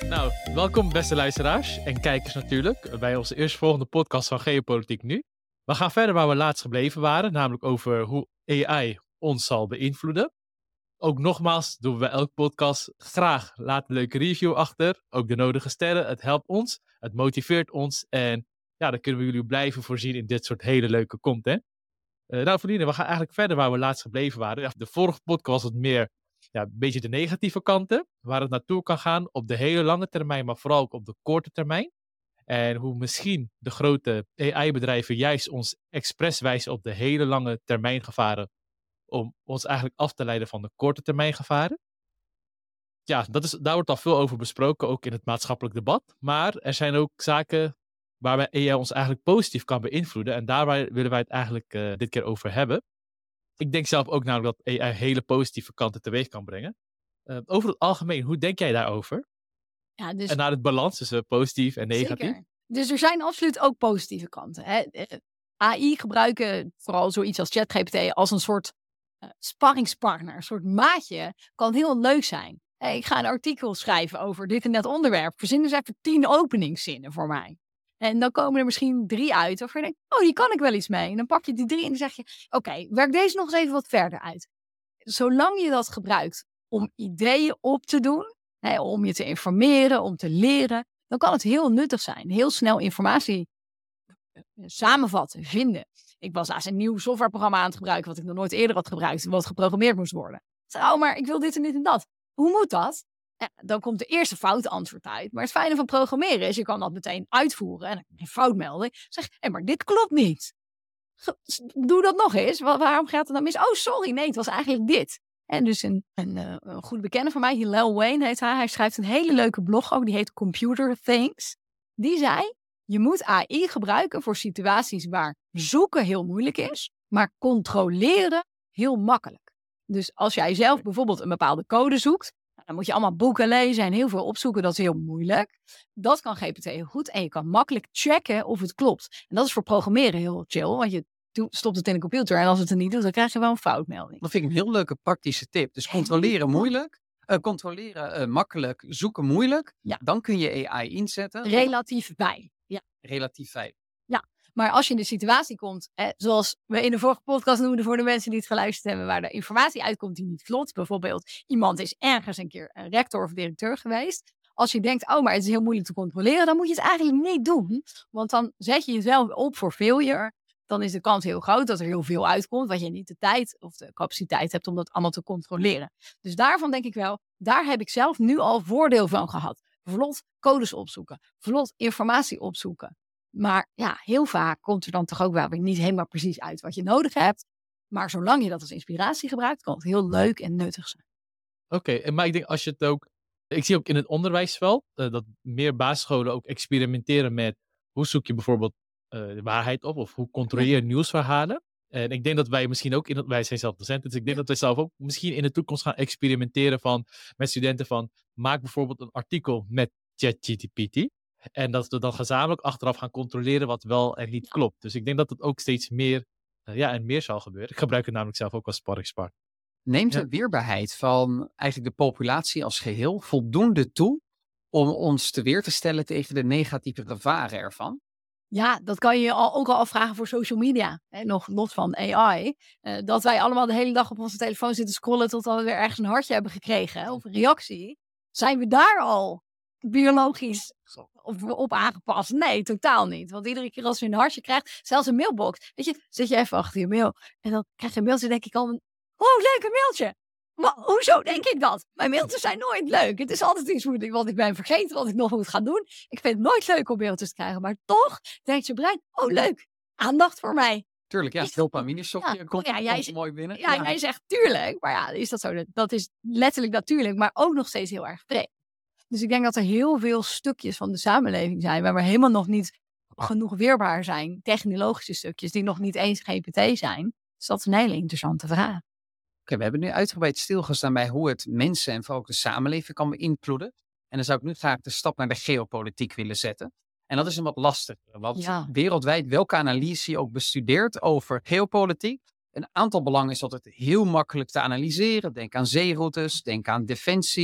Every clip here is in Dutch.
Nou, welkom beste luisteraars en kijkers natuurlijk bij onze eerstvolgende podcast van Geopolitiek Nu. We gaan verder waar we laatst gebleven waren, namelijk over hoe AI ons zal beïnvloeden. Ook nogmaals doen we elke podcast graag. Laat een leuke review achter, ook de nodige sterren. Het helpt ons, het motiveert ons en ja, dan kunnen we jullie blijven voorzien in dit soort hele leuke content. Nou vrienden, we gaan eigenlijk verder waar we laatst gebleven waren. Ja, de vorige podcast was het meer een beetje de negatieve kanten, waar het naartoe kan gaan op de hele lange termijn, maar vooral ook op de korte termijn. En hoe misschien de grote AI-bedrijven juist ons expres wijzen op de hele lange termijn gevaren, om ons eigenlijk af te leiden van de korte termijn gevaren. Ja, daar wordt al veel over besproken, ook in het maatschappelijk debat. Maar er zijn ook zaken waarbij AI ons eigenlijk positief kan beïnvloeden. En daarbij willen wij het eigenlijk dit keer over hebben. Ik denk zelf ook namelijk dat AI hele positieve kanten teweeg kan brengen. Over het algemeen, hoe denk jij daarover? Ja, dus En naar het balans tussen positief en negatief? zeker. Dus er zijn absoluut ook positieve kanten. Hè. AI gebruiken, vooral zoiets als ChatGPT, als een soort sparringspartner, een soort maatje, kan heel leuk zijn. Ik ga een artikel schrijven over dit en dat onderwerp. Verzin eens even 10 openingszinnen voor mij. En dan komen er misschien 3 uit waarvan je denkt, oh, die kan ik wel iets mee. En dan pak je die 3 en dan zeg je, oké, werk deze nog eens even wat verder uit. Zolang je dat gebruikt om ideeën op te doen, om je te informeren, om te leren, dan kan het heel nuttig zijn. Heel snel informatie samenvatten, vinden. Ik was laatst een nieuw softwareprogramma aan het gebruiken, wat ik nog nooit eerder had gebruikt, wat geprogrammeerd moest worden. Ik zei, oh, maar ik wil dit en dit en dat. Hoe moet dat? Ja, dan komt de eerste foute antwoord uit. Maar het fijne van programmeren is, je kan dat meteen uitvoeren en dan krijg je een foutmelding. Zeg, maar dit klopt niet. Doe dat nog eens. Waarom gaat het dan mis? Oh, sorry, nee, het was eigenlijk dit. En dus een goede bekende van mij, Hillel Wayne heet hij. Hij schrijft een hele leuke blog ook, die heet Computer Things. Die zei, je moet AI gebruiken voor situaties waar zoeken heel moeilijk is, maar controleren heel makkelijk. Dus als jij zelf bijvoorbeeld een bepaalde code zoekt, dan moet je allemaal boeken lezen en heel veel opzoeken. Dat is heel moeilijk. Dat kan GPT heel goed en je kan makkelijk checken of het klopt. En dat is voor programmeren heel chill, want je stopt het in een computer en als het er niet doet, dan krijg je wel een foutmelding. Dat vind ik een heel leuke praktische tip. Dus controleren moeilijk, controleren makkelijk, zoeken moeilijk. Ja. Dan kun je AI inzetten. Relatief bij. Ja. Relatief veilig. Maar als je in de situatie komt, zoals we in de vorige podcast noemden voor de mensen die het geluisterd hebben, waar de informatie uitkomt die niet klopt. Bijvoorbeeld, iemand is ergens een keer een rector of directeur geweest. Als je denkt, oh, maar het is heel moeilijk te controleren, dan moet je het eigenlijk niet doen. Want dan zet je jezelf op voor failure. Dan is de kans heel groot dat er heel veel uitkomt, wat je niet de tijd of de capaciteit hebt om dat allemaal te controleren. Dus daarvan denk ik wel, daar heb ik zelf nu al voordeel van gehad. Vlot codes opzoeken, vlot informatie opzoeken. Maar ja, heel vaak komt er dan toch ook wel weer niet helemaal precies uit wat je nodig hebt. Maar zolang je dat als inspiratie gebruikt, kan het heel leuk en nuttig zijn. Oké, maar ik denk als je het ook... Ik zie ook in het onderwijs wel dat meer basisscholen ook experimenteren met hoe zoek je bijvoorbeeld de waarheid op of hoe controleer je nieuwsverhalen. En ik denk dat wij misschien ook, wij zijn zelf docenten, dus ik denk dat wij zelf ook misschien in de toekomst gaan experimenteren met studenten van, maak bijvoorbeeld een artikel met ChatGPT. En dat we dan gezamenlijk achteraf gaan controleren wat wel en niet klopt. Dus ik denk dat het ook steeds meer en meer zal gebeuren. Ik gebruik het namelijk zelf ook als sparringspartner. Neemt de weerbaarheid van eigenlijk de populatie als geheel voldoende toe om ons te weer te stellen tegen de negatieve gevaren ervan? Ja, dat kan je je ook al afvragen voor social media. Nog los van AI. Dat wij allemaal de hele dag op onze telefoon zitten scrollen totdat we weer ergens een hartje hebben gekregen. Of een reactie. Zijn we daar al biologisch op aangepast? Nee, totaal niet. Want iedere keer als je een hartje krijgt, zelfs een mailbox. Weet je, zit je even achter je mail. En dan krijg je een mailtje, denk ik al, oh, leuk, een mailtje. Maar hoezo denk ik dat? Mijn mailtjes zijn nooit leuk. Het is altijd iets wat ik ben vergeten, wat ik nog moet gaan doen. Ik vind het nooit leuk om mailtjes te krijgen. Maar toch denkt je brein, oh leuk, aandacht voor mij. Tuurlijk, ja, het dopamine-stokje komt mooi binnen. Ja, jij zegt tuurlijk. Maar ja, is dat zo? Dat is letterlijk natuurlijk, maar ook nog steeds heel erg breed. Dus ik denk dat er heel veel stukjes van de samenleving zijn waar we helemaal nog niet genoeg weerbaar zijn. Technologische stukjes die nog niet eens GPT zijn. Dus dat is een hele interessante vraag. We hebben nu uitgebreid stilgestaan bij hoe het mensen en vooral ook de samenleving kan beïnvloeden. En dan zou ik nu graag de stap naar de geopolitiek willen zetten. En dat is een wat lastiger, want wereldwijd, welke analyse je ook bestudeert over geopolitiek, een aantal belangen is altijd heel makkelijk te analyseren. Denk aan zeeroutes, denk aan defensie.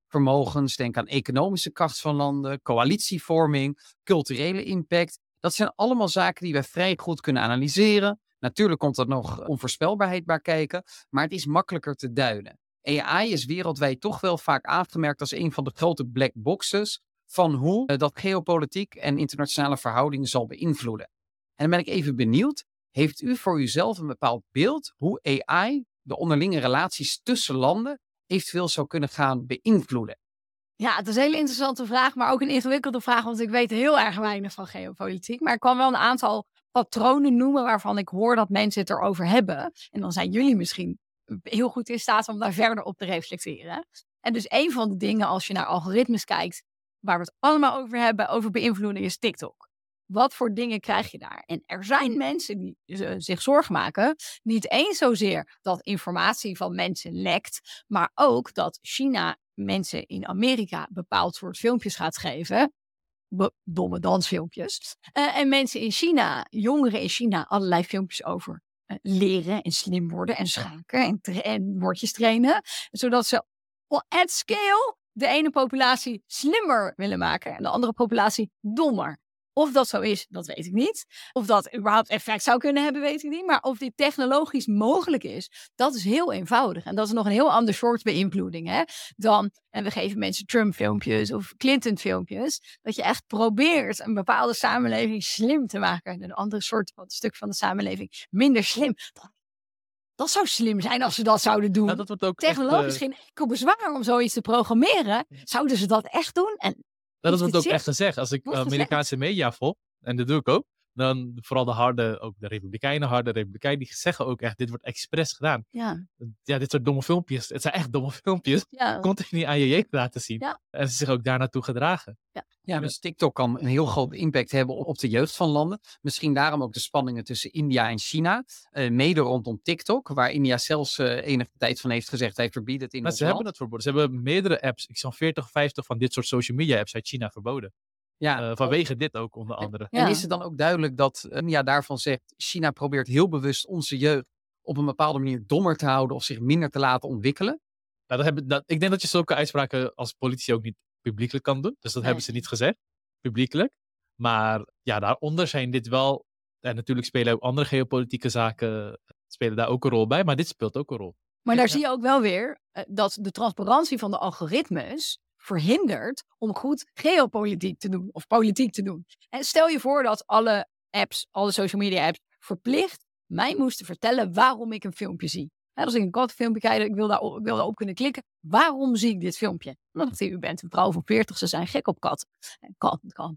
vermogens. Denk aan economische kracht van landen, coalitievorming, culturele impact. Dat zijn allemaal zaken die wij vrij goed kunnen analyseren. Natuurlijk komt er nog onvoorspelbaarheid bij kijken, maar het is makkelijker te duiden. AI is wereldwijd toch wel vaak aangemerkt als een van de grote black boxes van hoe dat geopolitiek en internationale verhoudingen zal beïnvloeden. En dan ben ik even benieuwd, heeft u voor uzelf een bepaald beeld hoe AI de onderlinge relaties tussen landen eventueel zou kunnen gaan beïnvloeden? Ja, het is een hele interessante vraag, maar ook een ingewikkelde vraag, want ik weet heel erg weinig van geopolitiek. Maar ik kan wel een aantal patronen noemen waarvan ik hoor dat mensen het erover hebben. En dan zijn jullie misschien heel goed in staat om daar verder op te reflecteren. En dus een van de dingen, als je naar algoritmes kijkt, waar we het allemaal over hebben, over beïnvloeding, is TikTok. Wat voor dingen krijg je daar? En er zijn mensen die zich zorgen maken, niet eens zozeer dat informatie van mensen lekt, maar ook dat China mensen in Amerika bepaald soort filmpjes gaat geven. Domme dansfilmpjes. En mensen in China, jongeren in China, allerlei filmpjes over leren en slim worden en schaken en woordjes trainen. Zodat ze at scale de ene populatie slimmer willen maken en de andere populatie dommer. Of dat zo is, dat weet ik niet. Of dat überhaupt effect zou kunnen hebben, weet ik niet. Maar of dit technologisch mogelijk is, dat is heel eenvoudig. En dat is nog een heel ander soort beïnvloeding. Hè? En we geven mensen Trump-filmpjes of Clinton-filmpjes. Dat je echt probeert een bepaalde samenleving slim te maken. En een andere soort stuk van de samenleving minder slim. Dat zou slim zijn als ze dat zouden doen. Nou, dat wordt ook technologisch geen enkel bezwaar om zoiets te programmeren. Zouden ze dat echt doen? En dat wordt ook echt gezegd. Als ik Amerikaanse media volg, en dat doe ik ook, dan vooral de Republikeinen, die zeggen ook echt, dit wordt expres gedaan. Ja, dit soort domme filmpjes, het zijn echt domme filmpjes, continu aan je jeugd laten zien. Ja. En ze zich ook daar naartoe gedragen. Ja, dus TikTok kan een heel groot impact hebben op de jeugd van landen. Misschien daarom ook de spanningen tussen India en China. Mede rondom TikTok, waar India zelfs enige tijd van heeft gezegd, hij verbiedt het in ons land. Ze hebben het verboden. Ze hebben meerdere apps, ik zal 40, 50 van dit soort social media apps uit China verboden. Ja, vanwege dit ook onder andere. En is het dan ook duidelijk dat India daarvan zegt, China probeert heel bewust onze jeugd op een bepaalde manier dommer te houden of zich minder te laten ontwikkelen? Nou, ik denk dat je zulke uitspraken als politici ook niet publiekelijk kan doen. Dus dat hebben ze niet gezegd, publiekelijk. Maar ja, daaronder zijn dit wel, en natuurlijk spelen ook andere geopolitieke zaken, spelen daar ook een rol bij, maar dit speelt ook een rol. Maar daar zie je ook wel weer dat de transparantie van de algoritmes verhindert om goed geopolitiek te doen of politiek te doen. En stel je voor dat alle apps, alle social media apps, verplicht mij moesten vertellen waarom ik een filmpje zie. Als ik een kattenfilmpje kijk, ik wil daarop kunnen klikken. Waarom zie ik dit filmpje? Omdat u bent een vrouw van 40, ze zijn gek op katten. Katten kan.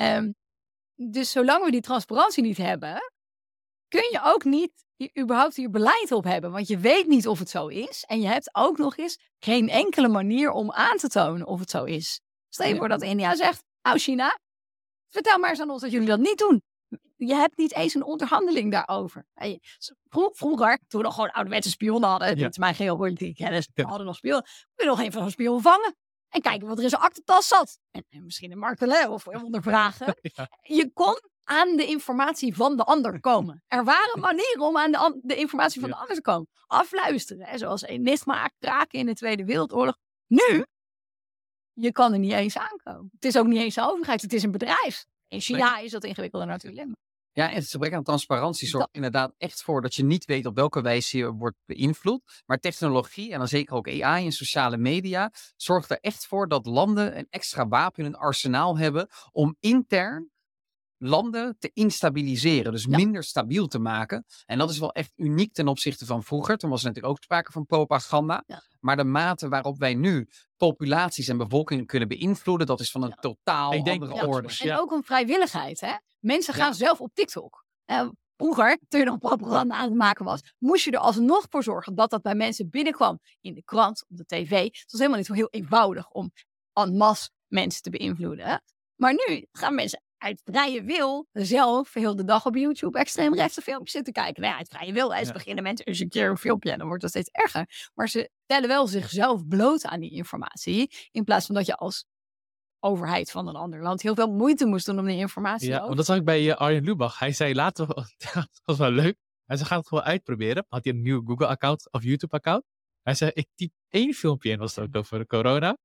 Dus zolang we die transparantie niet hebben, kun je ook niet überhaupt hier beleid op hebben. Want je weet niet of het zo is. En je hebt ook nog eens geen enkele manier om aan te tonen of het zo is. Stel je voor dat India zegt, China, vertel maar eens aan ons dat jullie dat niet doen. Je hebt niet eens een onderhandeling daarover. Vroeger, toen we nog gewoon ouderwetse spionnen hadden, dit is mijn geopolitiek kennis, we hadden nog spionnen, kun je nog even een spion vangen en kijken wat er in zijn aktentas zat. En misschien een martelen of ondervragen. Je kon aan de informatie van de ander komen. Er waren manieren om aan de informatie van de ander te komen. Afluisteren, hè, zoals Enigma, kraken in de Tweede Wereldoorlog. Nu, je kan er niet eens aankomen. Het is ook niet eens een overheid, het is een bedrijf. In China is dat ingewikkelder natuurlijk. Ja, en het gebrek aan transparantie zorgt inderdaad echt voor dat je niet weet op welke wijze je wordt beïnvloed. Maar technologie, en dan zeker ook AI en sociale media, zorgt er echt voor dat landen een extra wapen in hun arsenaal hebben om intern landen te instabiliseren. Dus minder stabiel te maken. En dat is wel echt uniek ten opzichte van vroeger. Toen was er natuurlijk ook sprake van propaganda. Ja. Maar de mate waarop wij nu populaties en bevolkingen kunnen beïnvloeden, dat is van een totaal andere orde. En ook om vrijwilligheid. Hè? Mensen gaan zelf op TikTok. Vroeger, toen je nog propaganda aan het maken was, moest je er alsnog voor zorgen dat bij mensen binnenkwam. In de krant, op de tv. Het was helemaal niet zo heel eenvoudig om en masse mensen te beïnvloeden. Hè? Maar nu gaan mensen uit vrije wil zelf heel de dag op YouTube extreemrechtse filmpjes zitten kijken. Nou ja, uit vrije wil. Ze beginnen mensen eens een keer een filmpje en dan wordt dat steeds erger. Maar ze stellen wel zichzelf bloot aan die informatie. In plaats van dat je als overheid van een ander land heel veel moeite moest doen om die informatie want dat zag ik bij Arjen Lubach. Hij zei later, dat was wel leuk. Hij zei, gaat het gewoon uitproberen. Had hij een nieuw Google-account of YouTube-account. Hij zei, ik typ 1 filmpje in, was het ook over corona.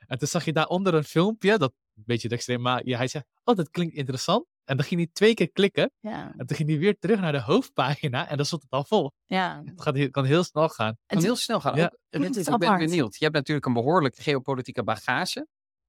En toen zag je daaronder een filmpje, dat een beetje het extreem, maar hij zei, dat klinkt interessant. En dan ging hij 2 keer klikken. Ja. En toen ging hij weer terug naar de hoofdpagina en dan stond het al vol. Ja. Het kan heel snel gaan. Het kan heel snel gaan. Ja. Ik ben benieuwd. Je hebt natuurlijk een behoorlijk geopolitieke bagage.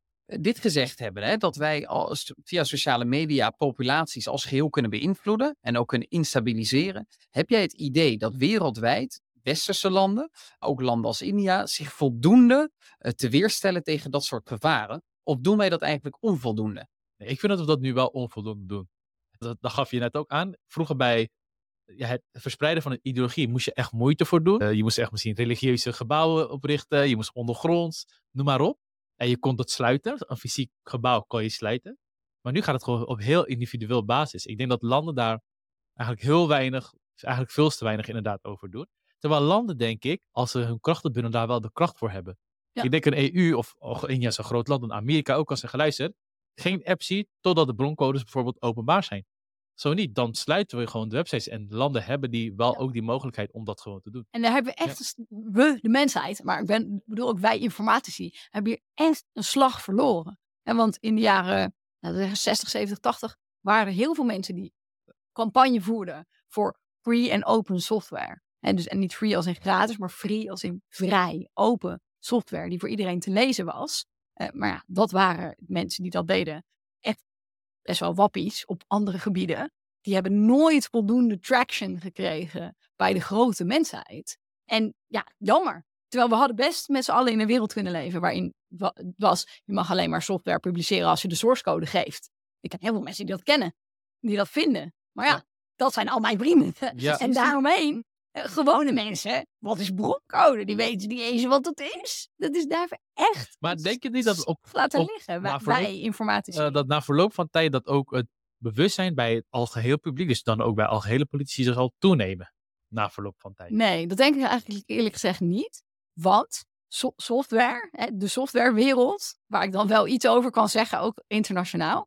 Dit gezegd hebben, hè, dat wij via sociale media populaties als geheel kunnen beïnvloeden en ook kunnen instabiliseren. Heb jij het idee dat wereldwijd westerse landen, ook landen als India, zich voldoende te weerstellen tegen dat soort gevaren? Of doen wij dat eigenlijk onvoldoende? Nee, ik vind dat we dat nu wel onvoldoende doen. Dat gaf je net ook aan. Vroeger bij het verspreiden van een ideologie moest je echt moeite voor doen. Je moest echt misschien religieuze gebouwen oprichten. Je moest ondergronds, noem maar op. En je kon dat sluiten. Een fysiek gebouw kon je sluiten. Maar nu gaat het gewoon op heel individueel basis. Ik denk dat landen daar eigenlijk heel weinig, eigenlijk veel te weinig inderdaad over doen. Terwijl landen, denk ik, als ze hun krachten bundelen, daar wel de kracht voor hebben. Ja. Ik denk een EU of India, zo'n groot land, en Amerika ook, als ze geluisterd, geen app ziet totdat de broncodes bijvoorbeeld openbaar zijn. Zo niet, dan sluiten we gewoon de websites. En landen hebben die wel ook die mogelijkheid om dat gewoon te doen. En daar hebben we echt, we, de mensheid, maar ik bedoel ook wij informatici, hebben hier echt een slag verloren. En want in de jaren 60, 70, 80 waren er heel veel mensen die campagne voerden voor free en open software. En niet free als in gratis, maar free als in vrij, open software die voor iedereen te lezen was. Maar ja, dat waren mensen die dat deden. Echt best wel wappies op andere gebieden. Die hebben nooit voldoende traction gekregen bij de grote mensheid. En ja, jammer. Terwijl we hadden best met z'n allen in een wereld kunnen leven waarin het was, je mag alleen maar software publiceren als je de source code geeft. Ik ken heel veel mensen die dat kennen, die dat vinden. Maar ja, dat zijn al mijn vrienden. Ja. En daaromheen, gewone mensen, wat is broncode? Die weten niet eens wat het is. Dat is daarvoor echt. Maar denk je niet dat ook laten liggen bij informatici? Dat na verloop van tijd dat ook het bewustzijn bij het algeheel publiek, dus dan ook bij algehele politici, zal toenemen na verloop van tijd? Nee, dat denk ik eigenlijk eerlijk gezegd niet. Want software, de softwarewereld, waar ik dan wel iets over kan zeggen, ook internationaal,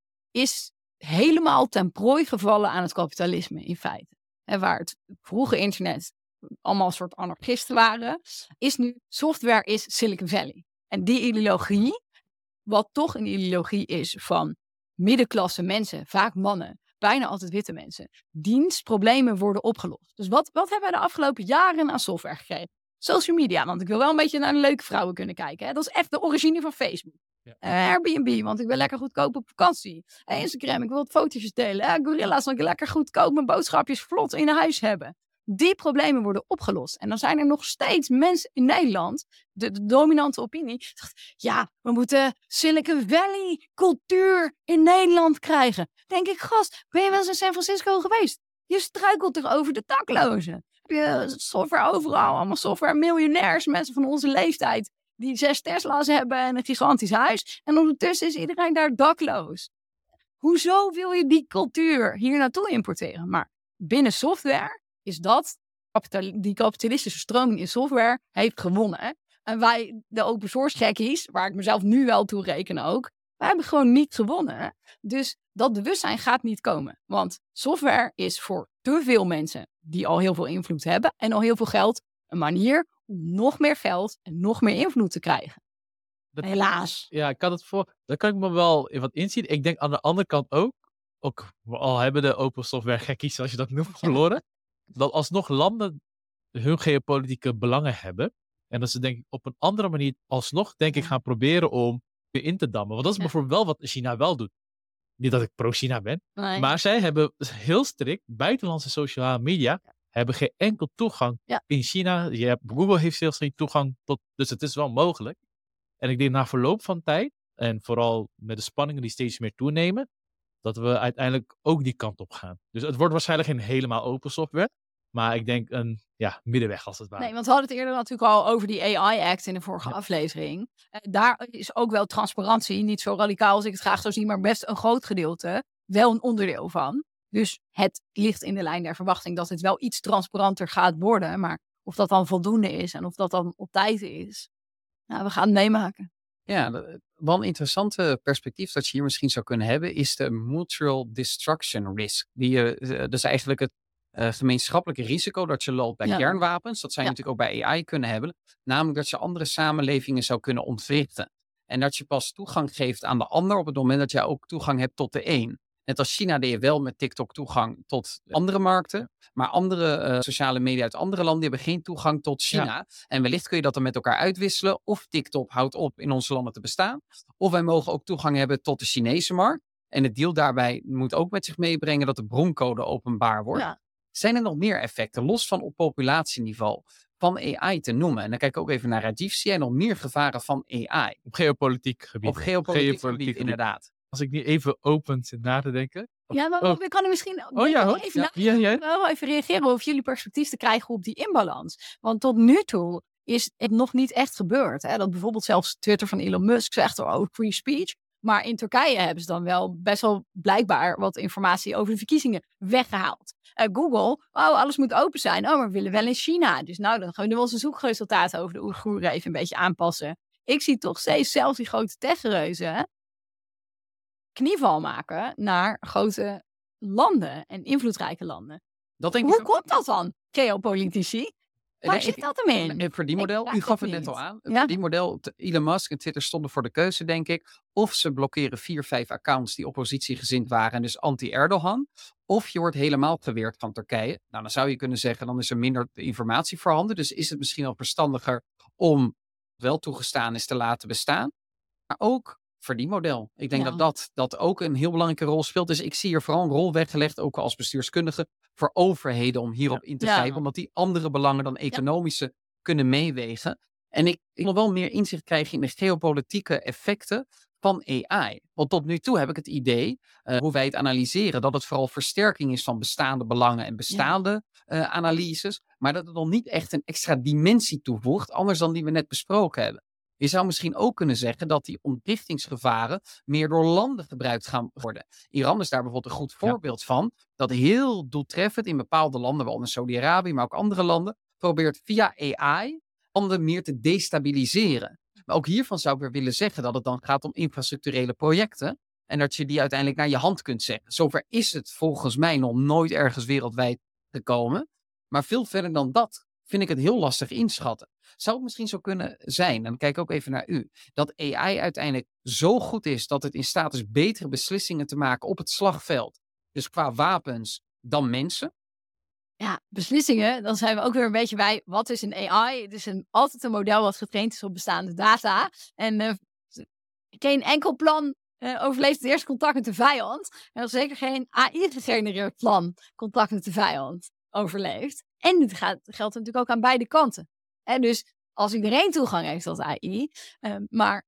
is helemaal ten prooi gevallen aan het kapitalisme in feite. En waar het vroege internet allemaal een soort anarchisten waren, is nu software is Silicon Valley. En die ideologie, wat toch een ideologie is van middenklasse mensen, vaak mannen, bijna altijd witte mensen, dienstproblemen worden opgelost. Dus wat hebben we de afgelopen jaren aan software gekregen? Social media, want ik wil wel een beetje naar de leuke vrouwen kunnen kijken. Hè? Dat is echt de origine van Facebook. Ja. Airbnb, want ik wil lekker goedkoop op vakantie. Instagram, ik wil wat fotootjes delen. Gorilla's, want ik lekker goedkoop mijn boodschapjes vlot in huis hebben. Die problemen worden opgelost. En dan zijn er nog steeds mensen in Nederland, de dominante opinie, zegt, ja, we moeten Silicon Valley cultuur in Nederland krijgen. Denk ik, gast, ben je wel eens in San Francisco geweest? Je struikelt toch over de daklozen? Heb je software overal, allemaal software miljonairs, mensen van onze leeftijd, die 6 Tesla's hebben en een gigantisch huis. En ondertussen is iedereen daar dakloos. Hoezo wil je die cultuur hier naartoe importeren? Maar binnen software is dat, die kapitalistische stroming in software, heeft gewonnen. En wij, de open source gekkies, waar ik mezelf nu wel toe reken ook, wij hebben gewoon niet gewonnen. Dus dat bewustzijn gaat niet komen. Want software is voor te veel mensen die al heel veel invloed hebben en al heel veel geld een manier om nog meer geld en nog meer invloed te krijgen. Helaas. Ja, ik kan het daar kan ik me wel wat inzien. Ik denk aan de andere kant ook al hebben de open software gekkies, zoals je dat noemt, verloren, dat alsnog landen hun geopolitieke belangen hebben. En dat ze denk ik op een andere manier alsnog denk ik gaan proberen om weer in te dammen. Want dat is bijvoorbeeld wel wat China wel doet. Niet dat ik pro-China ben. Nee. Maar zij hebben heel strikt buitenlandse sociale media hebben geen enkel toegang in China. Google heeft zelfs geen toegang tot. Dus het is wel mogelijk. En ik denk na verloop van tijd, en vooral met de spanningen die steeds meer toenemen, dat we uiteindelijk ook die kant op gaan. Dus het wordt waarschijnlijk geen helemaal open software. Maar ik denk een middenweg als het ware. Nee, want we hadden het eerder natuurlijk al over die AI-act in de vorige aflevering. Daar is ook wel transparantie, niet zo radicaal als ik het graag zou zien, maar best een groot gedeelte, wel een onderdeel van. Dus het ligt in de lijn der verwachting dat het wel iets transparanter gaat worden. Maar of dat dan voldoende is en of dat dan op tijd is, we gaan het meemaken. Ja, wel een interessante perspectief dat je hier misschien zou kunnen hebben, is de mutual destruction risk. Dus eigenlijk het gemeenschappelijke risico dat je loopt bij kernwapens. Dat zou je natuurlijk ook bij AI kunnen hebben. Namelijk dat je andere samenlevingen zou kunnen ontwrichten. En dat je pas toegang geeft aan de ander op het moment dat jij ook toegang hebt tot de een. Net als China deed je wel met TikTok toegang tot andere markten. Maar andere sociale media uit andere landen hebben geen toegang tot China. Ja. En wellicht kun je dat dan met elkaar uitwisselen. Of TikTok houdt op in onze landen te bestaan. Of wij mogen ook toegang hebben tot de Chinese markt. En het deal daarbij moet ook met zich meebrengen dat de broncode openbaar wordt. Ja. Zijn er nog meer effecten, los van op populatieniveau, van AI te noemen? En dan kijk ik ook even naar Rajiv. Zie jij nog meer gevaren van AI? Op geopolitiek gebied. Op geopolitiek gebied, inderdaad. Als ik nu even open zit na te denken. Ja, maar ik kan er misschien even reageren over jullie perspectief te krijgen op die inbalans. Want tot nu toe is het nog niet echt gebeurd. Hè? Dat bijvoorbeeld zelfs Twitter van Elon Musk zegt free speech. Maar in Turkije hebben ze dan wel best wel blijkbaar wat informatie over de verkiezingen weggehaald. Google, alles moet open zijn. Maar we willen wel in China. Dus dan gaan we onze zoekresultaten over de Oeigoeren even een beetje aanpassen. Ik zie toch steeds zelfs die grote techreuzen knieval maken naar grote landen en invloedrijke landen. Hoe komt dat dan, geopolitici? Waar zit dat hem in? Het verdienmodel, u gaf het net al aan. Het verdienmodel, Elon Musk en Twitter stonden voor de keuze, denk ik. Of ze blokkeren 4-5 accounts die oppositiegezind waren en dus anti-Erdogan. Of je wordt helemaal geweerd van Turkije. Nou, dan zou je kunnen zeggen, dan is er minder informatie voorhanden. Dus is het misschien al verstandiger om wel toegestaan is te laten bestaan. Maar ook verdienmodel. Ik denk dat ook een heel belangrijke rol speelt. Dus ik zie hier vooral een rol weggelegd, ook als bestuurskundige, voor overheden om hierop in te grijpen. Omdat die andere belangen dan economische kunnen meewegen. En ik wil wel meer inzicht krijgen in de geopolitieke effecten van AI. Want tot nu toe heb ik het idee, hoe wij het analyseren, dat het vooral versterking is van bestaande belangen en bestaande analyses. Maar dat het nog niet echt een extra dimensie toevoegt, anders dan die we net besproken hebben. Je zou misschien ook kunnen zeggen dat die ontwrichtingsgevaren meer door landen gebruikt gaan worden. Iran is daar bijvoorbeeld een goed voorbeeld van. Dat heel doeltreffend in bepaalde landen, waaronder Saudi-Arabië, maar ook andere landen, probeert via AI landen meer te destabiliseren. Maar ook hiervan zou ik weer willen zeggen dat het dan gaat om infrastructurele projecten. En dat je die uiteindelijk naar je hand kunt zetten. Zover is het volgens mij nog nooit ergens wereldwijd gekomen. Maar veel verder dan dat vind ik het heel lastig inschatten. Zou het misschien zo kunnen zijn, en dan kijk ik ook even naar u, dat AI uiteindelijk zo goed is dat het in staat is betere beslissingen te maken op het slagveld. Dus qua wapens dan mensen? Ja, beslissingen, dan zijn we ook weer een beetje bij, wat is een AI? Het is altijd een model wat getraind is op bestaande data. En geen enkel plan overleeft het eerste contact met de vijand. En zeker geen AI-gegenereerd plan contact met de vijand overleeft. En het geldt natuurlijk ook aan beide kanten. En dus als iedereen toegang heeft tot AI, maar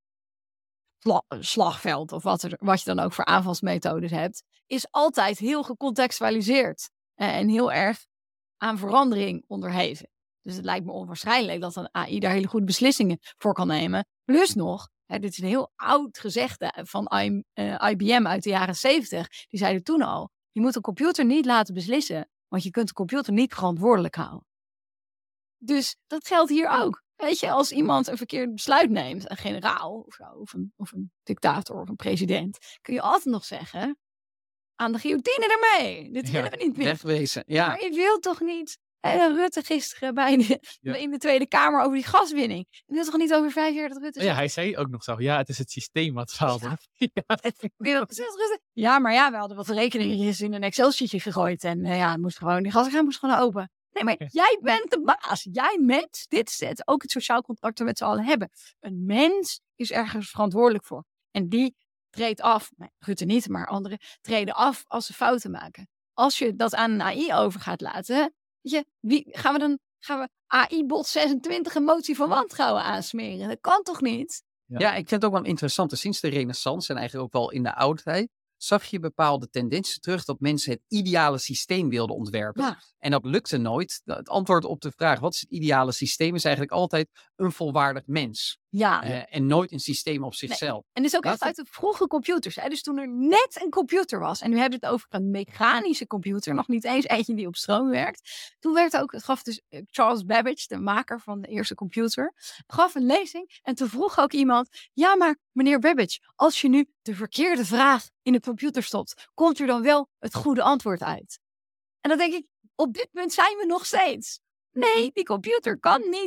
slagveld of wat je dan ook voor aanvalsmethodes hebt, is altijd heel gecontextualiseerd en heel erg aan verandering onderheven. Dus het lijkt me onwaarschijnlijk dat een AI daar hele goede beslissingen voor kan nemen. Plus nog, dit is een heel oud gezegde van IBM uit de jaren 70. Die zeiden toen al, je moet een computer niet laten beslissen, want je kunt de computer niet verantwoordelijk houden. Dus dat geldt hier ook. Weet je, als iemand een verkeerd besluit neemt, een generaal of zo, of een dictator of een president, kun je altijd nog zeggen, aan de guillotine ermee. Dit willen we niet meer. Wegwezen, ja. Maar je wilt toch niet, Rutte gisteren in de Tweede Kamer over die gaswinning. Je wilt toch niet over 5 jaar dat Rutte zegt? Ja, hij zei ook nog zo, het is het systeem wat faalt. Ja, maar we hadden wat rekeningen in een Excel-sheetje gegooid en die gaskraan moest gewoon open. Nee, maar jij bent de baas. Jij met dit zet ook het sociaal contract dat we met z'n allen hebben. Een mens is ergens verantwoordelijk voor. En die treedt af. Nee, Rutte niet, maar anderen treden af als ze fouten maken. Als je dat aan een AI over gaat laten, gaan we AI-bot 26 een motie van wantrouwen aansmeren? Dat kan toch niet? Ja, ik vind het ook wel interessant. Sinds de Renaissance en eigenlijk ook wel in de oudheid zag je bepaalde tendensen terug dat mensen het ideale systeem wilden ontwerpen. Ja. En dat lukte nooit. Het antwoord op de vraag, wat is het ideale systeem, is eigenlijk altijd een volwaardig mens. Ja. En nooit een systeem op zichzelf. Nee. En dus ook echt uit de vroege computers. Hè? Dus toen er net een computer was. En nu hebben we het over een mechanische computer. Nog niet eens eentje die op stroom werkt. Toen gaf dus Charles Babbage, de maker van de eerste computer, gaf een lezing. En toen vroeg ook iemand, ja maar meneer Babbage, als je nu de verkeerde vraag in de computer stopt, komt er dan wel het goede antwoord uit? En dan denk ik, op dit punt zijn we nog steeds. Nee, die computer kan niet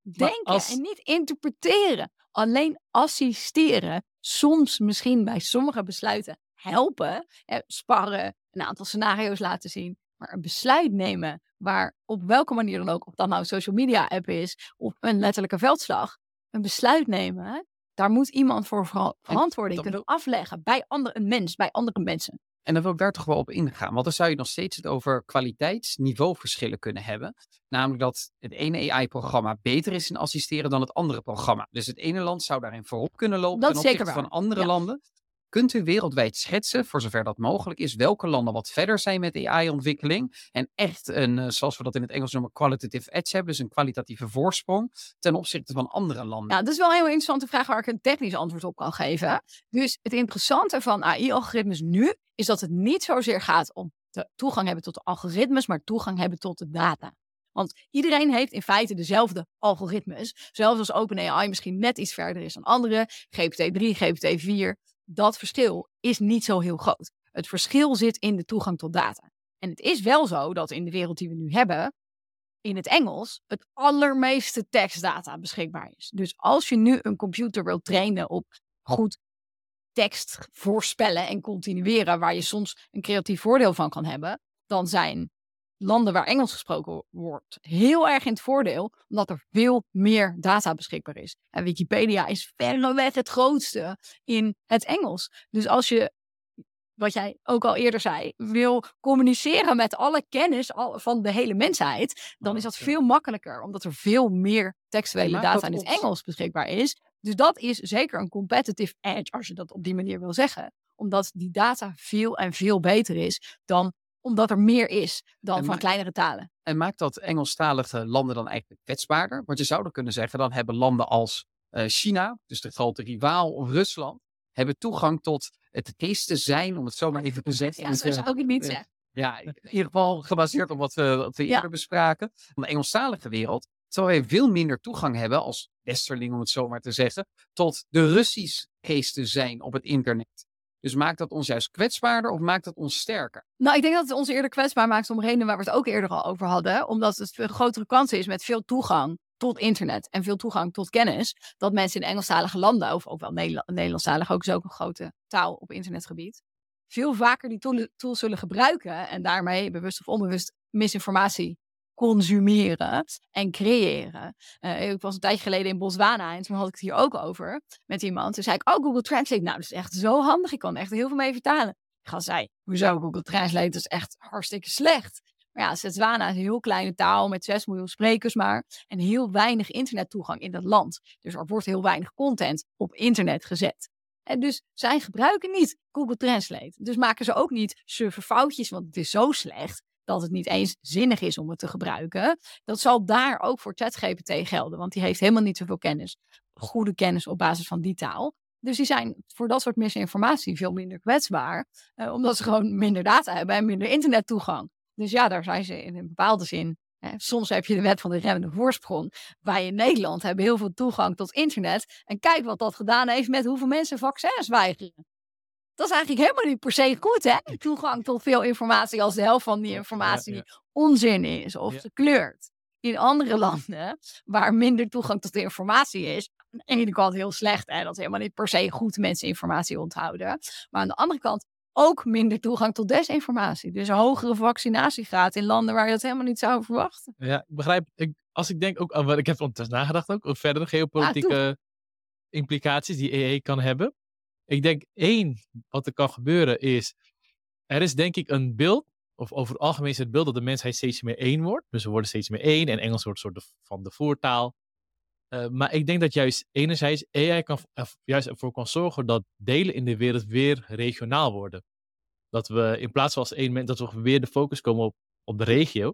denken en niet interpreteren. Alleen assisteren, soms misschien bij sommige besluiten helpen, sparren, een aantal scenario's laten zien, maar een besluit nemen waar op welke manier dan ook, of dat nou een social media app is of een letterlijke veldslag, een besluit nemen, daar moet iemand voor verantwoording kunnen afleggen bij andere mensen. En dan wil ik daar toch wel op ingaan. Want dan zou je nog steeds het over kwaliteitsniveauverschillen kunnen hebben. Namelijk dat het ene AI-programma beter is in assisteren dan het andere programma. Dus het ene land zou daarin voorop kunnen lopen ten opzichte van andere landen. Kunt u wereldwijd schetsen, voor zover dat mogelijk is, welke landen wat verder zijn met AI-ontwikkeling en echt een, zoals we dat in het Engels noemen, qualitative edge hebben, dus een kwalitatieve voorsprong ten opzichte van andere landen? Ja, dat is wel een heel interessante vraag waar ik een technisch antwoord op kan geven. Dus het interessante van AI-algoritmes nu is dat het niet zozeer gaat om de toegang hebben tot de algoritmes, maar toegang hebben tot de data. Want iedereen heeft in feite dezelfde algoritmes. Zelfs als OpenAI misschien net iets verder is dan andere, GPT-3, GPT-4. Dat verschil is niet zo heel groot. Het verschil zit in de toegang tot data. En het is wel zo dat in de wereld die we nu hebben, in het Engels, het allermeeste tekstdata beschikbaar is. Dus als je nu een computer wilt trainen op goed tekst voorspellen en continueren, waar je soms een creatief voordeel van kan hebben, dan zijn landen waar Engels gesproken wordt heel erg in het voordeel, omdat er veel meer data beschikbaar is. En Wikipedia is verreweg het grootste in het Engels. Dus als je, wat jij ook al eerder zei, wil communiceren met alle kennis van de hele mensheid, dan is dat veel makkelijker, omdat er veel meer textuele data in het Engels beschikbaar is. Dus dat is zeker een competitive edge, als je dat op die manier wil zeggen. Omdat die data veel en veel beter is dan omdat er meer is dan van kleinere talen. En maakt dat Engelstalige landen dan eigenlijk kwetsbaarder? Want je zou dan kunnen zeggen, dan hebben landen als China, dus de grote rivaal, of Rusland, hebben toegang tot het geeste zijn, om het zo maar even te zeggen. Ja, zo zou ik het niet zeggen. Ja, in ieder geval gebaseerd op wat we eerder bespraken. Van de Engelstalige wereld, terwijl wij veel minder toegang hebben als westerling, om het zo maar te zeggen, tot de Russisch geeste zijn op het internet. Dus maakt dat ons juist kwetsbaarder of maakt dat ons sterker? Nou, ik denk dat het ons eerder kwetsbaar maakt om redenen waar we het ook eerder al over hadden. Omdat het een grotere kans is met veel toegang tot internet en veel toegang tot kennis, dat mensen in Engelstalige landen, of ook wel Nederlandstalig, ook is ook een grote taal op internetgebied, veel vaker die tools zullen gebruiken en daarmee bewust of onbewust misinformatie consumeren en creëren. Ik was een tijdje geleden in Botswana en toen had ik het hier ook over met iemand. Toen zei ik, Google Translate, nou, dat is echt zo handig. Ik kan echt heel veel mee vertalen. Ik zei, hoezo Google Translate? Dat is echt hartstikke slecht. Maar ja, Botswana is een heel kleine taal met 6 miljoen sprekers maar en heel weinig internettoegang in dat land. Dus er wordt heel weinig content op internet gezet. En dus zij gebruiken niet Google Translate. Dus maken ze ook niet suffe foutjes, want het is zo slecht dat het niet eens zinnig is om het te gebruiken. Dat zal daar ook voor ChatGPT gelden, want die heeft helemaal niet zoveel kennis. Goede kennis op basis van die taal. Dus die zijn voor dat soort misinformatie veel minder kwetsbaar, omdat ze gewoon minder data hebben en minder internettoegang. Dus ja, daar zijn ze in een bepaalde zin. Soms heb je de wet van de remmende voorsprong. Wij in Nederland hebben heel veel toegang tot internet. En kijk wat dat gedaan heeft met hoeveel mensen vaccins weigeren. Dat is eigenlijk helemaal niet per se goed, hè? Toegang tot veel informatie als de helft van die informatie onzin is of gekleurd. In andere landen, waar minder toegang tot de informatie is, aan de ene kant heel slecht, hè? Dat is helemaal niet per se goed mensen informatie onthouden. Maar aan de andere kant ook minder toegang tot desinformatie. Dus een hogere vaccinatiegraad in landen waar je dat helemaal niet zou verwachten. Ja, ik begrijp. Als ik denk ook aan wat ik heb ondertussen nagedacht ook, over verdere geopolitieke implicaties die AI kan hebben. Ik denk wat er kan gebeuren is, er is denk ik een beeld, of over het algemeen is het beeld dat de mensheid steeds meer één wordt. Dus we worden steeds meer één en Engels wordt een soort van de voertaal. Maar ik denk dat juist enerzijds AI juist ervoor kan zorgen dat delen in de wereld weer regionaal worden. Dat we in plaats van als één mens, dat we weer de focus komen op de regio.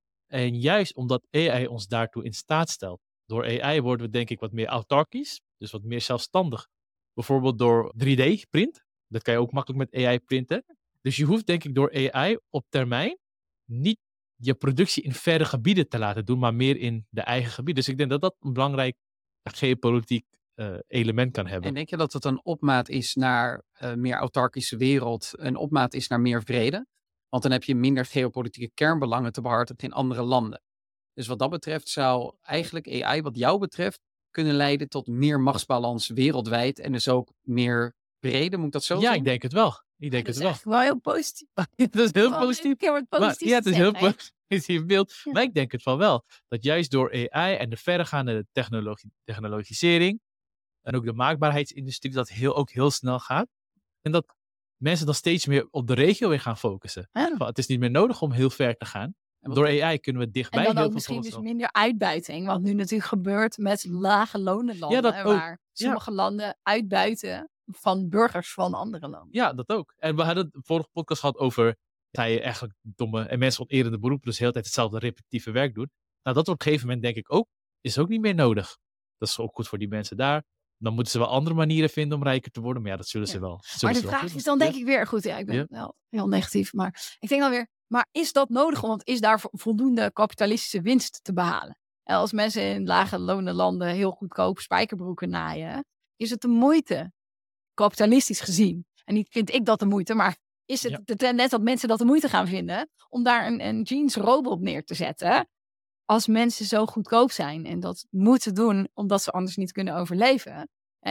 En juist omdat AI ons daartoe in staat stelt. Door AI worden we denk ik wat meer autarkisch, dus wat meer zelfstandig. Bijvoorbeeld door 3D-print. Dat kan je ook makkelijk met AI printen. Dus je hoeft denk ik door AI op termijn niet je productie in verre gebieden te laten doen, maar meer in de eigen gebied. Dus ik denk dat dat een belangrijk geopolitiek element kan hebben. En denk je dat het een opmaat is naar meer autarkische wereld, een opmaat is naar meer vrede? Want dan heb je minder geopolitieke kernbelangen te behartigen in andere landen. Dus wat dat betreft zou eigenlijk AI wat jou betreft kunnen leiden tot meer machtsbalans wereldwijd en dus ook meer vrede, moet ik dat zo Ja, zien? ik denk het wel. Ik denk Dat het is wel. echt wel heel positief. Dat is heel Wel positief. een keer wat positiefs Ja, het te is heel zeggen, hè? positief beeld. Ja. Maar ik denk het wel. Dat juist door AI en de verregaande technologisering en ook de maakbaarheidsindustrie, dat ook heel snel gaat. En dat mensen dan steeds meer op de regio weer gaan focussen. Ja. Van, het is niet meer nodig om heel ver te gaan. Door AI kunnen we En dichtbij dan heel ook veel misschien van dus onszelf. minder uitbuiting. Wat nu natuurlijk gebeurt met lage lonenlanden. Ja, dat ook. Waar sommige landen uitbuiten van burgers van andere landen. Ja, dat ook. En we hadden de vorige podcast gehad over dat je eigenlijk domme en mensen onterende beroepen dus de hele tijd hetzelfde repetitieve werk doet. Nou, dat op een gegeven moment denk ik ook, is ook niet meer nodig. Dat is ook goed voor die mensen daar. Dan moeten ze wel andere manieren vinden om rijker te worden. Maar ja, dat zullen ze wel. Maar de vraag is dan denk ik weer, goed, ja, ik ben wel heel negatief. Maar ik denk dan weer, maar is dat nodig? Want is daar voldoende kapitalistische winst te behalen? En als mensen in lage lonenlanden heel goedkoop spijkerbroeken naaien, is het de moeite, kapitalistisch gezien? En niet vind ik dat de moeite, maar is het de tendens dat mensen dat de moeite gaan vinden om daar een jeans robot neer te zetten? Als mensen zo goedkoop zijn en dat moeten doen omdat ze anders niet kunnen overleven.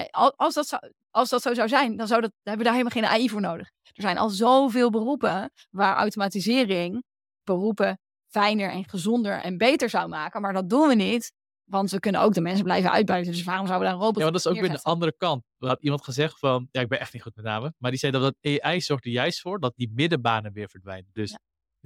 Als dat zo zou zijn, dan hebben we daar helemaal geen AI voor nodig. Er zijn al zoveel beroepen waar automatisering beroepen fijner en gezonder en beter zou maken. Maar dat doen we niet, want we kunnen ook de mensen blijven uitbuiten. Dus waarom zouden we daar een robot Ja, maar dat is ook weer de neerzetten? andere kant. Er had iemand gezegd van, ja, ik ben echt niet goed met namen. Maar die zei dat AI zorgt er juist voor dat die middenbanen weer verdwijnen. Dus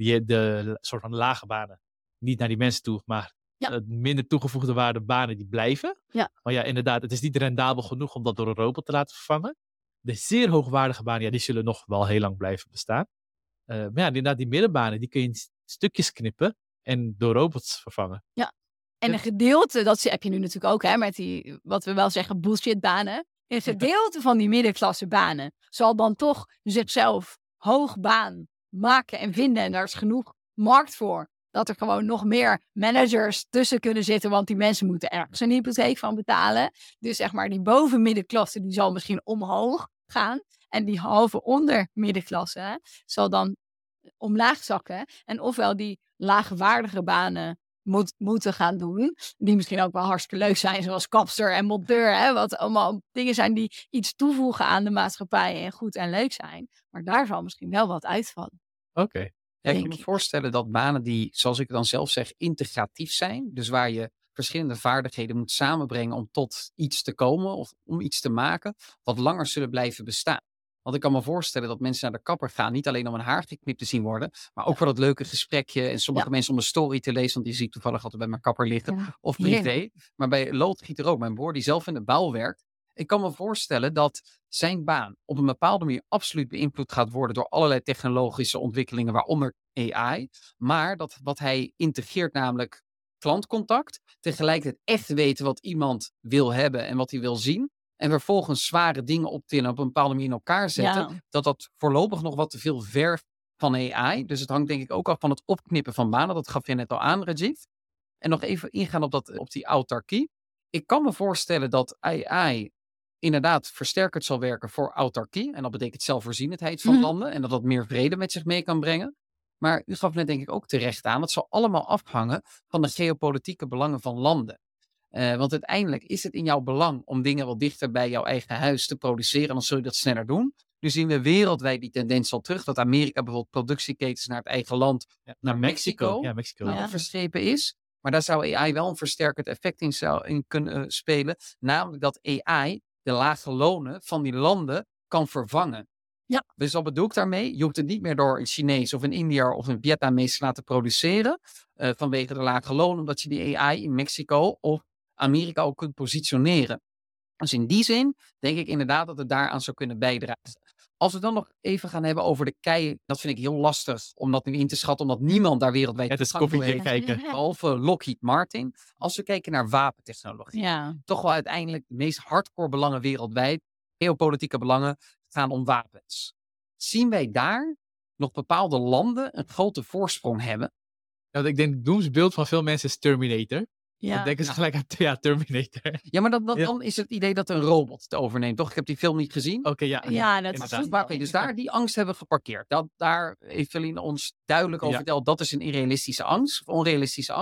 de soort van lage banen niet naar die mensen toe, maar minder toegevoegde waarde banen die blijven. Ja. Maar ja, inderdaad, het is niet rendabel genoeg om dat door een robot te laten vervangen. De zeer hoogwaardige banen, ja, die zullen nog wel heel lang blijven bestaan. Maar ja, inderdaad, die middenbanen, die kun je in stukjes knippen en door robots vervangen. Ja. En een gedeelte, dat heb je nu natuurlijk ook, hè, met die, wat we wel zeggen, bullshitbanen. Een gedeelte van die middenklasse banen zal dan toch zichzelf hoogbaan maken en vinden. En daar is genoeg markt voor. Dat er gewoon nog meer managers tussen kunnen zitten, want die mensen moeten ergens een hypotheek van betalen. Dus zeg maar, die bovenmiddenklasse, die zal misschien omhoog gaan. En die halve ondermiddenklasse zal dan omlaag zakken. En ofwel die laagwaardige banen moeten gaan doen. Die misschien ook wel hartstikke leuk zijn, zoals kapster en monteur. Hè, wat allemaal dingen zijn die iets toevoegen aan de maatschappij en goed en leuk zijn. Maar daar zal misschien wel wat uitvallen. Oké. Ja, ik kan me voorstellen dat banen die, zoals ik het dan zelf zeg, integratief zijn. Dus waar je verschillende vaardigheden moet samenbrengen om tot iets te komen of om iets te maken, wat langer zullen blijven bestaan. Want ik kan me voorstellen dat mensen naar de kapper gaan, niet alleen om een haar geknipt te zien worden, maar ook voor dat leuke gesprekje. En sommige mensen om een story te lezen, want die zie ik toevallig altijd bij mijn kapper liggen. Of privé. Maar bij loodgieter ook. Mijn broer die zelf in de bouw werkt. Ik kan me voorstellen dat zijn baan op een bepaalde manier absoluut beïnvloed gaat worden door allerlei technologische ontwikkelingen, waaronder AI. Maar dat wat hij integreert, namelijk klantcontact, tegelijkertijd echt weten wat iemand wil hebben en wat hij wil zien. En vervolgens zware dingen optillen op een bepaalde manier in elkaar zetten. Ja. Dat voorlopig nog wat te veel vergt van AI. Dus het hangt denk ik ook af van het opknippen van banen. Dat gaf je net al aan, Rajiv. En nog even ingaan op die autarkie. Ik kan me voorstellen dat AI inderdaad versterkend zal werken voor autarkie. En dat betekent zelfvoorzienendheid van landen. En dat dat meer vrede met zich mee kan brengen. Maar u gaf net denk ik ook terecht aan. Het zal allemaal afhangen van de geopolitieke belangen van landen. Want uiteindelijk is het in jouw belang om dingen wat dichter bij jouw eigen huis te produceren. Dan zul je dat sneller doen. Nu zien we wereldwijd die tendens al terug. Dat Amerika bijvoorbeeld productieketens naar het eigen land, naar Mexico, verstrepen is. Maar daar zou AI wel een versterkend effect in kunnen spelen. Namelijk dat AI de lage lonen van die landen kan vervangen. Ja. Dus wat bedoel ik daarmee? Je hoeft het niet meer door een Chinees of een Indiër of een Vietnamees te laten produceren. Vanwege de lage lonen. Omdat je die AI in Mexico of Amerika ook kunt positioneren. Dus in die zin denk ik inderdaad dat het daaraan zou kunnen bijdragen. Als we dan nog even gaan hebben over de kei, dat vind ik heel lastig om dat nu in te schatten, omdat niemand daar wereldwijd het is koffietje kijken. Behalve Lockheed Martin. Als we kijken naar wapentechnologie, toch wel uiteindelijk de meest hardcore belangen wereldwijd, geopolitieke belangen, gaan om wapens. Zien wij daar nog bepaalde landen een grote voorsprong hebben? Ja, ik denk het doemsbeeld van veel mensen is Terminator. Ja. Dan denken ze gelijk aan Terminator. Ja, maar dan is het idee dat een robot het overneemt, toch? Ik heb die film niet gezien. Oké, ja, dat is goed. Dus daar, die angst hebben we geparkeerd. Daar heeft Feline ons duidelijk over verteld. Dat is een irrealistische angst, of onrealistische angst.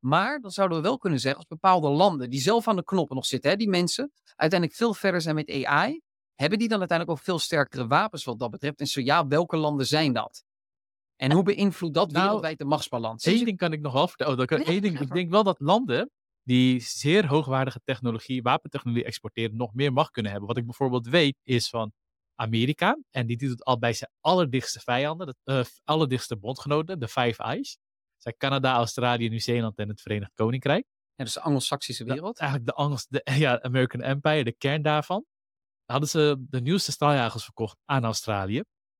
Maar dan zouden we wel kunnen zeggen, als bepaalde landen die zelf aan de knoppen nog zitten, hè, die mensen uiteindelijk veel verder zijn met AI, hebben die dan uiteindelijk ook veel sterkere wapens wat dat betreft? En zo ja, welke landen zijn dat? En hoe beïnvloedt dat wereldwijd de machtsbalans? Eén ding kan ik nog wel vertellen. Ik denk wel dat landen die zeer hoogwaardige technologie, wapentechnologie exporteren, nog meer macht kunnen hebben. Wat ik bijvoorbeeld weet is van Amerika. En die doet het al bij zijn allerdichtste vijanden, allerdichtste bondgenoten, de Five Eyes. Zijn Canada, Australië, Nieuw-Zeeland en het Verenigd Koninkrijk. Ja, dus de Anglo-Saxische wereld. Eigenlijk de American Empire, de kern daarvan. Hadden ze de nieuwste straaljagers verkocht aan Australië.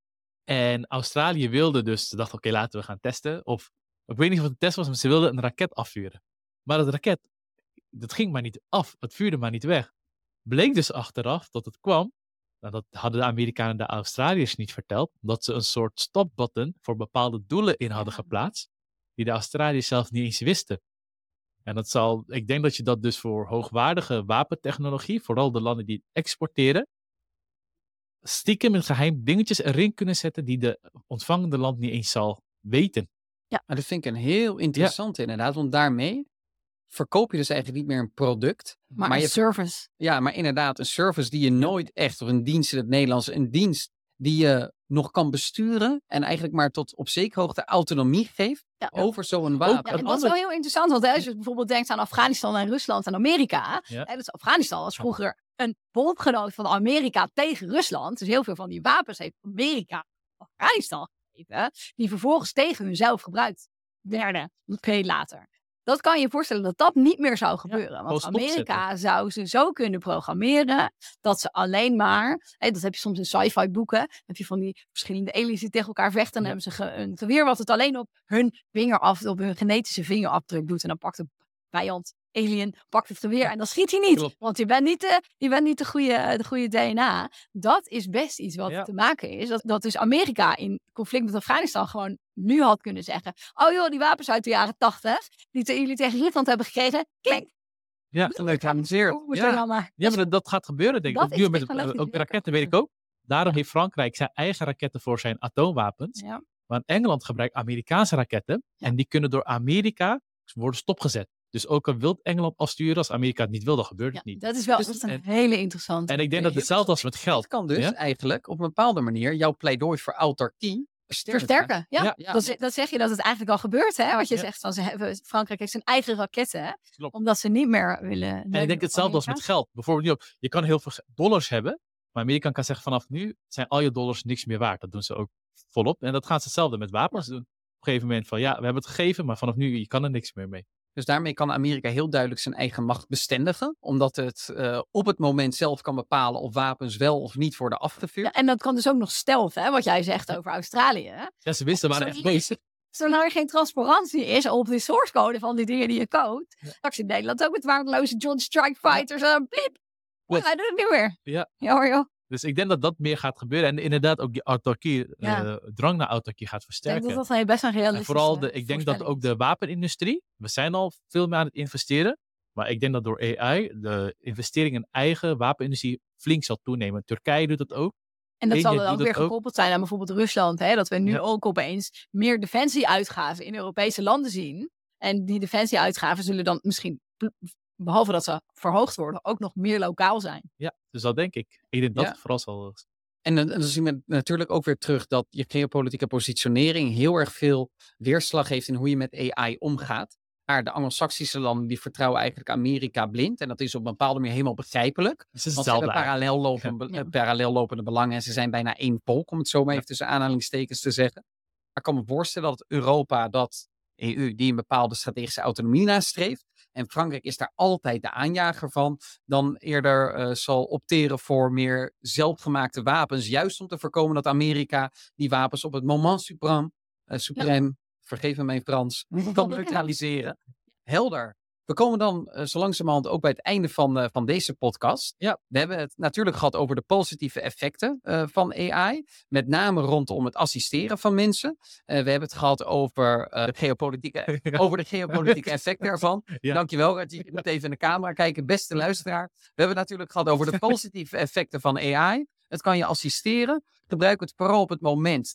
En Australië wilde dus, ze dachten oké, laten we gaan testen. Of, ik weet niet of het een test was, maar ze wilden een raket afvuren. Maar dat raket, dat ging maar niet af. Het vuurde maar niet weg. Bleek dus achteraf dat het kwam. Nou, dat hadden de Amerikanen en de Australiërs niet verteld. Omdat ze een soort stopbutton voor bepaalde doelen in hadden geplaatst. Die de Australiërs zelf niet eens wisten. En ik denk dat je dat dus voor hoogwaardige wapentechnologie, vooral de landen die exporteren, stiekem met geheim dingetjes erin kunnen zetten die de ontvangende land niet eens zal weten. Ja, maar dat vind ik een heel interessant inderdaad, want daarmee verkoop je dus eigenlijk niet meer een product. Maar een service. Ja, maar inderdaad een service die je nooit echt, of een dienst in het Nederlands, een dienst die je nog kan besturen en eigenlijk maar tot op zekere hoogte autonomie geeft over zo'n wapen. Ja, en dat is wel heel interessant, want als je bijvoorbeeld denkt aan Afghanistan en Rusland en Amerika. Dus Afghanistan was vroeger een bondgenoot van Amerika tegen Rusland. Dus heel veel van die wapens heeft Amerika Afghanistan gegeven, die vervolgens tegen hunzelf gebruikt werden, veel later. Dat kan je je voorstellen dat dat niet meer zou gebeuren. Want Amerika zou ze zo kunnen programmeren dat ze alleen maar, dat heb je soms in sci-fi boeken, heb je van die verschillende aliens die tegen elkaar vechten. Dan hebben ze een geweer wat het alleen op hun op hun genetische vingerafdruk doet. En dan pakt de vijand, alien, pakt het geweer en dan schiet hij niet. Klopt. Want je bent niet de goede DNA. Dat is best iets wat te maken is. Dat dus Amerika in conflict met Afghanistan gewoon nu had kunnen zeggen. Oh joh, die wapens uit de jaren 80 die jullie tegen Rusland hebben gekregen. Klink. Ja, neutraliseerd. Maar dat gaat gebeuren, denk ik. Ook nu met raketten, weet ik ook. Daarom heeft Frankrijk zijn eigen raketten voor zijn atoomwapens. Ja. Want Engeland gebruikt Amerikaanse raketten. Ja. En die kunnen door Amerika worden stopgezet. Dus ook al wil Engeland afsturen, als Amerika het niet wil, dan gebeurt het niet. Dat is wel een hele interessante. En ik denk dat hetzelfde als met geld. Het kan dus eigenlijk op een bepaalde manier jouw pleidooi voor autarkie versterken. Ja. Dat zeg je dat het eigenlijk al gebeurt. Hè? Wat je zegt, Frankrijk heeft zijn eigen raketten. Omdat ze niet meer willen. En ik denk hetzelfde als met geld. Bijvoorbeeld, je kan heel veel dollars hebben. Maar Amerika kan zeggen, vanaf nu zijn al je dollars niks meer waard. Dat doen ze ook volop. En dat gaan ze hetzelfde met wapens doen. Op een gegeven moment van, we hebben het gegeven, maar vanaf nu, je kan er niks meer mee. Dus daarmee kan Amerika heel duidelijk zijn eigen macht bestendigen. Omdat het op het moment zelf kan bepalen of wapens wel of niet worden afgevuurd. Ja, en dat kan dus ook nog stealth, hè, wat jij zegt over Australië. Ja, ze wisten, waren echt bezig. Zolang er geen transparantie is op de source code van die dingen die je koopt. Straks in Nederland ook met waardeloze Joint Strike Fighters. Blip. Hij doet het niet meer. Ja. Joh. Dus ik denk dat dat meer gaat gebeuren. En inderdaad ook die autarkie, drang naar autarkie gaat versterken. Ik denk dat best een realistisch. En vooral, ik denk dat ook de wapenindustrie, we zijn al veel meer aan het investeren. Maar ik denk dat door AI de investering in eigen wapenindustrie flink zal toenemen. Turkije doet dat ook. En dat zal dan ook weer gekoppeld zijn aan bijvoorbeeld Rusland. Hè? Dat we nu ook opeens meer defensieuitgaven in Europese landen zien. En die defensieuitgaven zullen dan misschien, behalve dat ze verhoogd worden, ook nog meer lokaal zijn. Ja, dus dat denk ik. Ik denk dat het vooral zal. En dan zien we natuurlijk ook weer terug dat je geopolitieke positionering heel erg veel weerslag heeft in hoe je met AI omgaat. Maar de Anglo-Saxische landen die vertrouwen eigenlijk Amerika blind. En dat is op een bepaalde manier helemaal begrijpelijk. Want ze hebben parallel lopende belangen. En ze zijn bijna één volk, om het zo maar even tussen aanhalingstekens te zeggen. Maar ik kan me voorstellen dat Europa, dat EU, die een bepaalde strategische autonomie nastreeft. En Frankrijk is daar altijd de aanjager van. Dan eerder zal opteren voor meer zelfgemaakte wapens. Juist om te voorkomen dat Amerika die wapens op het moment suprême, vergeef me mijn Frans, kan neutraliseren. Helder. We komen dan zo langzamerhand ook bij het einde van deze podcast. Ja. We hebben het natuurlijk gehad over de positieve effecten van AI. Met name rondom het assisteren van mensen. We hebben het gehad over de geopolitieke effecten ervan. Ja. Dankjewel, je moet even in de camera kijken, beste luisteraar. We hebben het natuurlijk gehad over de positieve effecten van AI. Het kan je assisteren. Gebruik het vooral op het moment dat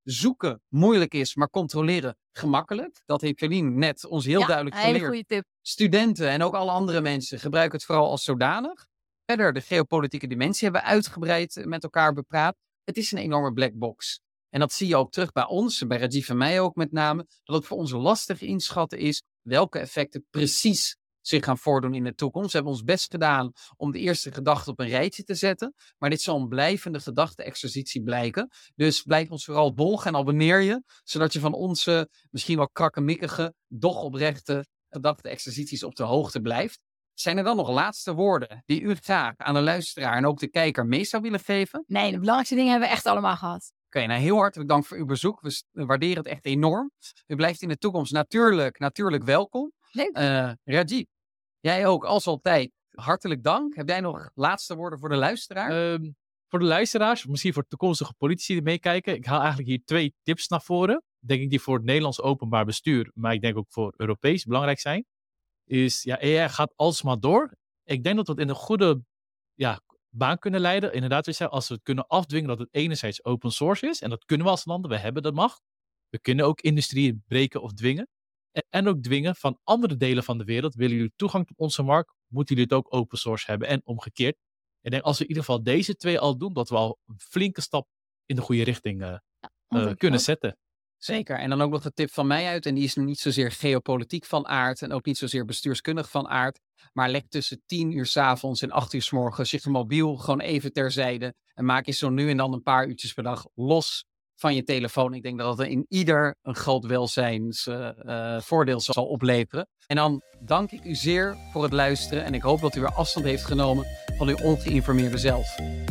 zoeken moeilijk is, maar controleren gemakkelijk. Dat heeft Jolien net ons heel duidelijk geleerd. Een hele goede tip. Studenten en ook alle andere mensen gebruiken het vooral als zodanig. Verder de geopolitieke dimensie hebben we uitgebreid met elkaar bepraat. Het is een enorme black box. En dat zie je ook terug bij ons, bij Rajiv en mij ook met name, dat het voor ons lastig inschatten is welke effecten precies zich gaan voordoen in de toekomst. We hebben ons best gedaan om de eerste gedachten op een rijtje te zetten, maar dit zal een blijvende gedachte-exercitie blijken. Dus blijf ons vooral volgen en abonneer je, zodat je van onze misschien wel krakkemikkige, doch oprechte gedachte-exercities op de hoogte blijft. Zijn er dan nog laatste woorden die u graag aan de luisteraar en ook de kijker mee zou willen geven? Nee, de belangrijkste dingen hebben we echt allemaal gehad. Oké, nou heel hartelijk dank voor uw bezoek. We waarderen het echt enorm. U blijft in de toekomst natuurlijk welkom. Leuk. Rajiv, jij ook als altijd hartelijk dank. Heb jij nog laatste woorden voor de luisteraar? Voor de luisteraars, misschien voor toekomstige politici die meekijken. Ik haal eigenlijk hier 2 tips naar voren. Denk ik die voor het Nederlands openbaar bestuur, maar ik denk ook voor Europees belangrijk zijn. Is, AI gaat alsmaar door. Ik denk dat we het in een goede baan kunnen leiden. Inderdaad, als we het kunnen afdwingen dat het enerzijds open source is. En dat kunnen we als landen, we hebben de macht. We kunnen ook industrieën breken of dwingen. En ook dwingen van andere delen van de wereld. Willen jullie toegang tot onze markt, moeten jullie het ook open source hebben. En omgekeerd. Ik denk als we in ieder geval deze 2 al doen, dat we al een flinke stap in de goede richting kunnen zetten. Zeker. En dan ook nog de tip van mij uit. En die is nu niet zozeer geopolitiek van aard. En ook niet zozeer bestuurskundig van aard. Maar leg tussen 10 uur 's avonds en 8 uur 's morgens je mobiel gewoon even terzijde. En maak je zo nu en dan een paar uurtjes per dag los van je telefoon. Ik denk dat dat in ieder een groot welzijnsvoordeel zal opleveren. En dan dank ik u zeer voor het luisteren. En ik hoop dat u weer afstand heeft genomen van uw ongeïnformeerde zelf.